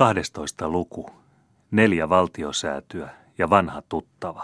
12. luku. 4 valtiosäätyä ja vanha tuttava.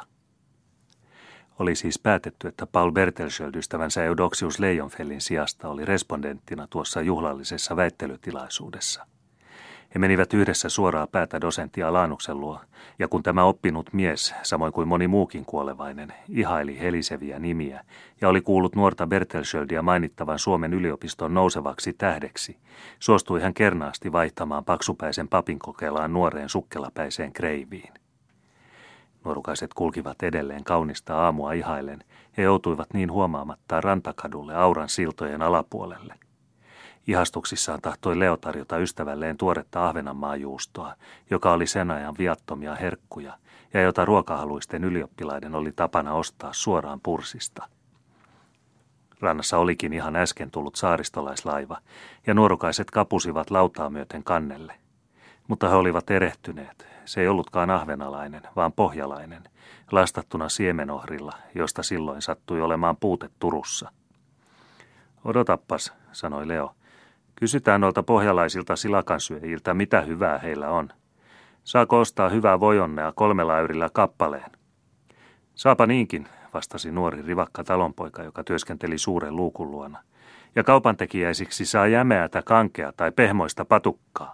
Oli siis päätetty, että Paul Bertelschöld ystävänsä Eudoxius Leijonfellin sijasta oli respondenttina tuossa juhlallisessa väittelytilaisuudessa. He menivät yhdessä suoraa päätä dosentti Alanuksen luo, ja kun tämä oppinut mies, samoin kuin moni muukin kuolevainen, ihaili heliseviä nimiä ja oli kuullut nuorta Bertelschöldia mainittavan Suomen yliopiston nousevaksi tähdeksi, suostui hän kernaasti vaihtamaan paksupäisen papinkokelaan nuoreen sukkelapäiseen kreiviin. Nuorukaiset kulkivat edelleen kaunista aamua ihaillen ja joutuivat niin huomaamattaan rantakadulle Auran siltojen alapuolelle. Ihastuksissaan tahtoi Leo tarjota ystävälleen tuoretta Ahvenanmaajuustoa, joka oli sen ajan viattomia herkkuja ja jota ruokahaluisten ylioppilaiden oli tapana ostaa suoraan pursista. Rannassa olikin ihan äsken tullut saaristolaislaiva ja nuorukaiset kapusivat lautaa myöten kannelle. Mutta he olivat erehtyneet. Se ei ollutkaan ahvenalainen, vaan pohjalainen, lastattuna siemenohrilla, josta silloin sattui olemaan puute Turussa. Odotappas, sanoi Leo. Kysytään noilta pohjalaisilta silakansyöjiltä, mitä hyvää heillä on. Saako ostaa hyvää vojonnea 3 äyrillä kappaleen? Saapa niinkin, vastasi nuori rivakka talonpoika, joka työskenteli suuren luukun luona. Ja kaupantekijäisiksi saa jämeätä kankea tai pehmoista patukkaa.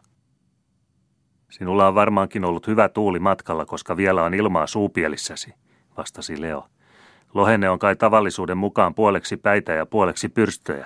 Sinulla on varmaankin ollut hyvä tuuli matkalla, koska vielä on ilmaa suupielissäsi, vastasi Leo. Lohenne on kai tavallisuuden mukaan puoleksi päitä ja puoleksi pyrstöjä.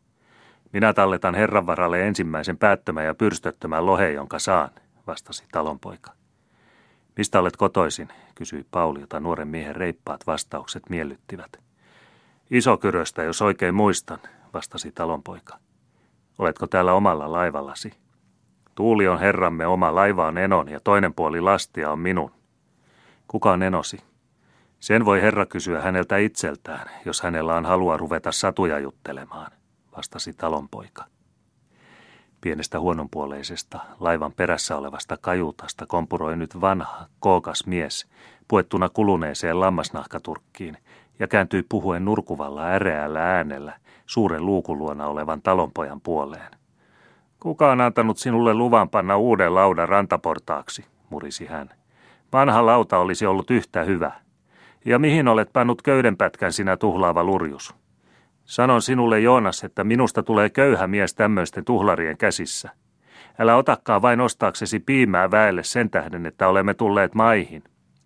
Minä talletan herran varalle ensimmäisen päättömän ja pyrstöttömän lohen, jonka saan, vastasi talonpoika. Mistä olet kotoisin, kysyi Pauli, jota nuoren miehen reippaat vastaukset miellyttivät. Isokyröstä, jos oikein muistan, vastasi talonpoika. Oletko täällä omalla laivallasi? Tuuli on herramme oma, laiva on Enon ja toinen puoli lastia on minun. Kuka on Enosi? Sen voi herra kysyä häneltä itseltään, jos hänellä on halua ruveta satuja juttelemaan, vastasi talonpoika. Pienestä huononpuoleisesta, laivan perässä olevasta kajuutasta kompuroi nyt vanha, kookas mies, puettuna kuluneeseen lammasnahkaturkkiin, ja kääntyi puhuen nurkuvalla äreällä äänellä suuren luukun luona olevan talonpojan puoleen. Kuka on antanut sinulle luvan panna uuden laudan rantaportaaksi, murisi hän. Vanha lauta olisi ollut yhtä hyvä. Ja mihin olet pannut köydenpätkän sinä tuhlaava lurjus? Sanon sinulle, Joonas, että minusta tulee köyhä mies tämmöisten tuhlarien käsissä. Älä otakaan vain ostaaksesi piimää väelle sen tähden, että olemme tulleet maihin.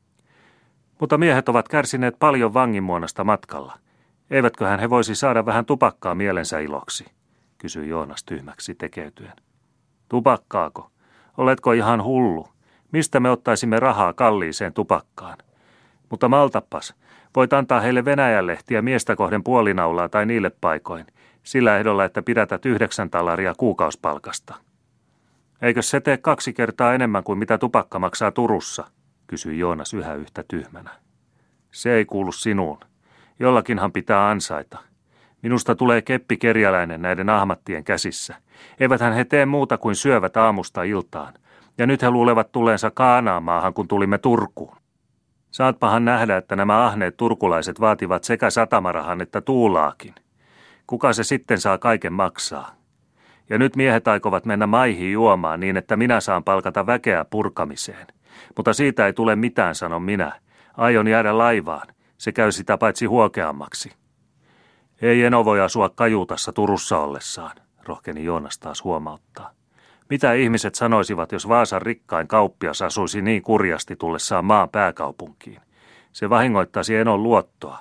Mutta miehet ovat kärsineet paljon vanginmuonasta matkalla. Eivätköhän he voisi saada vähän tupakkaa mielensä iloksi, kysyi Joonas tyhmäksi tekeytyen. Tupakkaako? Oletko ihan hullu? Mistä me ottaisimme rahaa kalliiseen tupakkaan? Mutta maltapas, voit antaa heille Venäjänlehtiä miestä kohden puolinaulaa tai niille paikoin, sillä ehdolla, että pidätät 9 talaria kuukausipalkasta. Eikö se tee 2 kertaa enemmän kuin mitä tupakka maksaa Turussa, kysyi Joonas yhä yhtä tyhmänä. Se ei kuulu sinuun. Jollakinhan pitää ansaita. Minusta tulee keppi kerjäläinen näiden ahmattien käsissä. Eiväthän he tee muuta kuin syövät aamusta iltaan. Ja nyt he luulevat tulleensa Kaanaanmaahan, kun tulimme Turkuun. Saatpahan nähdä, että nämä ahneet turkulaiset vaativat sekä satamarahan että tuulaakin. Kuka se sitten saa kaiken maksaa? Ja nyt miehet aikovat mennä maihin juomaan niin, että minä saan palkata väkeä purkamiseen. Mutta siitä ei tule mitään, sanon minä. Aion jäädä laivaan. Se käy sitä paitsi huokeammaksi. Ei Eno voi asua kajuutassa Turussa ollessaan, rohkeni Joonas taas huomauttaa. Mitä ihmiset sanoisivat, jos Vaasan rikkain kauppias asuisi niin kurjasti tullessaan maan pääkaupunkiin? Se vahingoittaisi Enon luottoa.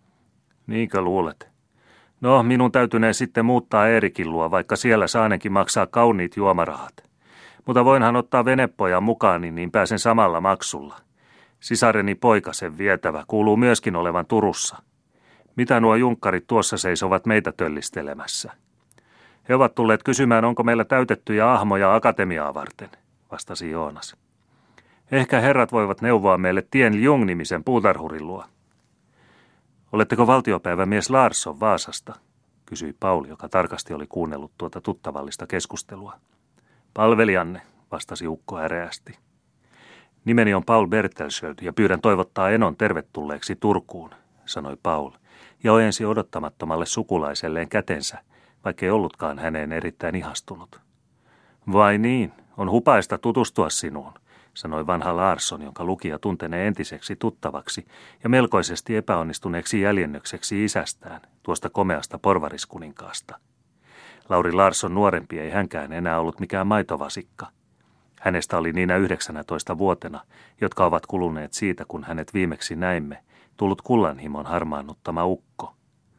Niinkö luulet? No, minun täytynee sitten muuttaa Eerikin luo, vaikka siellä saanenkin maksaa kauniit juomarahat. Mutta voinhan ottaa venepojan mukaan, niin pääsen samalla maksulla. Sisareni poika sen vietävä kuuluu myöskin olevan Turussa. Mitä nuo junkkarit tuossa seisovat meitä töllistelemässä? He ovat tulleet kysymään, onko meillä täytettyjä ahmoja akatemiaa varten, vastasi Joonas. Ehkä herrat voivat neuvoa meille Tien Ljung-nimisen puutarhurin luo. Oletteko valtiopäivämies Larsson Vaasasta, kysyi Pauli, joka tarkasti oli kuunnellut tuota tuttavallista keskustelua. Palvelijanne, vastasi ukko äreästi. Nimeni on Paul Bertelschöld ja pyydän toivottaa Enon tervetulleeksi Turkuun, sanoi Paul, ja ojensi odottamattomalle sukulaiselleen kätensä, vaikkei ollutkaan häneen erittäin ihastunut. Vai niin, on hupaista tutustua sinuun, sanoi vanha Larsson, jonka lukija tuntenee entiseksi tuttavaksi ja melkoisesti epäonnistuneeksi jäljennökseksi isästään, tuosta komeasta porvariskuninkaasta. Lauri Larsson nuorempi ei hänkään enää ollut mikään maitovasikka. Hänestä oli niinä 19 vuotena, jotka ovat kuluneet siitä, kun hänet viimeksi näimme, tullut kullanhimon harmaannuttama ukko.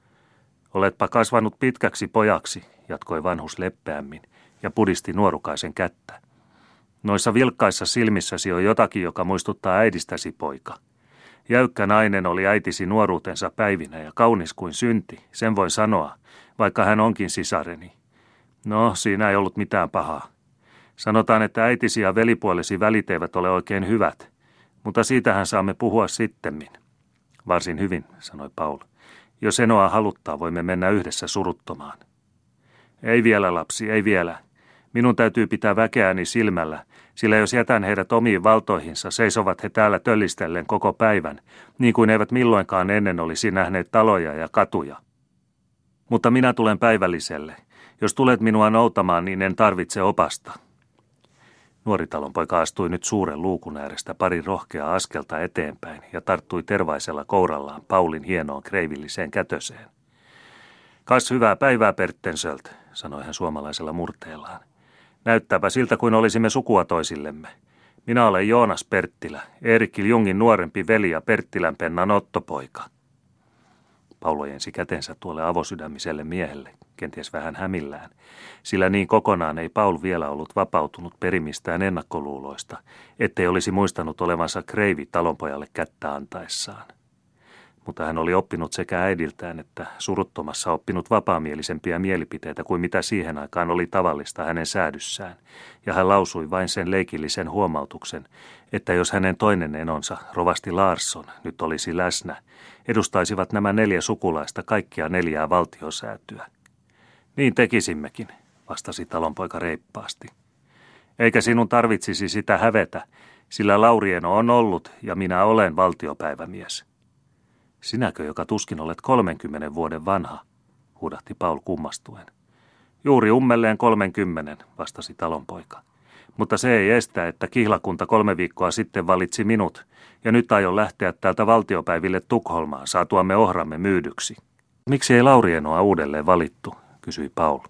Oletpa kasvanut pitkäksi pojaksi, jatkoi vanhus leppeämmin ja pudisti nuorukaisen kättä. Noissa vilkkaissa silmissäsi on jotakin, joka muistuttaa äidistäsi, poika. Jäykkä nainen oli äitisi nuoruutensa päivinä ja kaunis kuin synti, sen voin sanoa, vaikka hän onkin sisareni. No, siinä ei ollut mitään pahaa. Sanotaan, että äitisi ja velipuolesi välit eivät ole oikein hyvät, mutta siitähän saamme puhua sittemmin. Varsin hyvin, sanoi Paul. Jos Enoa haluttaa, voimme mennä yhdessä suruttomaan. Ei vielä, lapsi, ei vielä. Minun täytyy pitää väkeäni silmällä, sillä jos jätän heidät omiin valtoihinsa, seisovat he täällä töllistellen koko päivän, niin kuin eivät milloinkaan ennen olisi nähneet taloja ja katuja. Mutta minä tulen päivälliselle. Jos tulet minua noutamaan, niin en tarvitse opasta. Nuori talonpoika astui nyt suuren luukun äärestä pari rohkeaa askelta eteenpäin ja tarttui tervaisella kourallaan Paulin hienoon kreivilliseen kätöseen. Kas hyvää päivää, Perttensölt, sanoi hän suomalaisella murteellaan. Näyttääpä siltä, kuin olisimme sukua toisillemme. Minä olen Joonas Perttilä, Eerikki Ljungin nuorempi veli ja Perttilän pennan Otto-poika. Paul ojensi kätensä tuolle avosydämiselle miehelle, kenties vähän hämillään, sillä niin kokonaan ei Paul vielä ollut vapautunut perimistään ennakkoluuloista, ettei olisi muistanut olevansa kreivi talonpojalle kättä antaessaan. Mutta hän oli oppinut sekä äidiltään että suruttomassa oppinut vapaamielisempiä mielipiteitä kuin mitä siihen aikaan oli tavallista hänen säädyssään, ja hän lausui vain sen leikillisen huomautuksen, että jos hänen toinen enonsa, rovasti Larsson, nyt olisi läsnä, edustaisivat nämä 4 sukulaista kaikkia 4 valtiosäätyä. Niin tekisimmekin, vastasi talonpoika reippaasti. Eikä sinun tarvitsisi sitä hävetä, sillä Laurieno on ollut ja minä olen valtiopäivämies. Sinäkö, joka tuskin olet 30 vuoden vanha, huudahti Paul kummastuen. Juuri ummelleen 30, vastasi talonpoika. Mutta se ei estä, että kihlakunta 3 viikkoa sitten valitsi minut, ja nyt aion lähteä täältä valtiopäiville Tukholmaan saatuamme ohramme myydyksi. Miksi ei Laurienoa uudelleen valittu, kysyi Paul.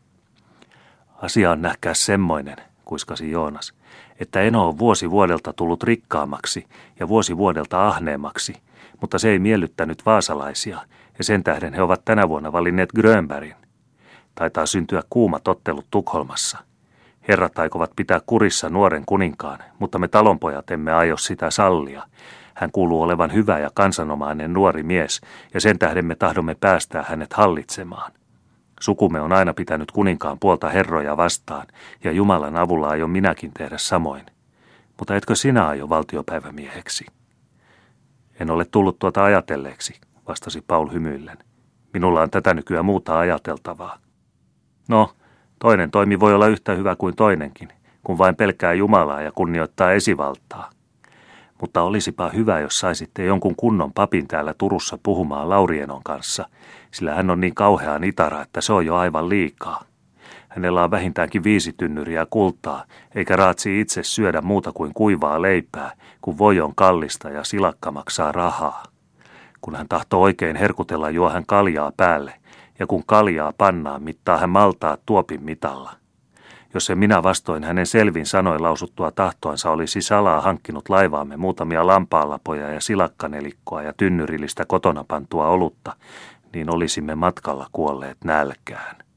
Asia on nähkää semmoinen, kuiskasi Joonas, että Eno on vuosi vuodelta tullut rikkaammaksi ja vuosi vuodelta ahneemmaksi, mutta se ei miellyttänyt vaasalaisia, ja sen tähden he ovat tänä vuonna valinneet Grönbergin. Taitaa syntyä kuumat ottelut Tukholmassa. Herrat aikovat pitää kurissa nuoren kuninkaan, mutta me talonpojat emme aio sitä sallia. Hän kuuluu olevan hyvä ja kansanomainen nuori mies, ja sen tähden me tahdomme päästää hänet hallitsemaan. Sukumme on aina pitänyt kuninkaan puolta herroja vastaan, ja Jumalan avulla aion minäkin tehdä samoin. Mutta etkö sinä aio valtiopäivämieheksi? En ole tullut tuota ajatelleeksi, vastasi Paul hymyillen. Minulla on tätä nykyään muuta ajateltavaa. No, toinen toimi voi olla yhtä hyvä kuin toinenkin, kun vain pelkää Jumalaa ja kunnioittaa esivaltaa. Mutta olisipa hyvä, jos saisitte jonkun kunnon papin täällä Turussa puhumaan Laurienon kanssa, sillä hän on niin kauhean itara, että se on jo aivan liikaa. Hänellä on vähintäänkin 5 tynnyriä kultaa, eikä raatsi itse syödä muuta kuin kuivaa leipää, kun voi on kallista ja silakka maksaa rahaa. Kun hän tahtoo oikein herkutella, juo hän kaljaa päälle, ja kun kaljaa pannaan, mittaa hän maltaa tuopin mitalla. Jos se minä vastoin hänen selvin sanoin lausuttua tahtoansa olisi salaa hankkinut laivaamme muutamia lampaalapoja ja silakkanelikkoa ja tynnyrillistä kotona pantua olutta, niin olisimme matkalla kuolleet nälkään.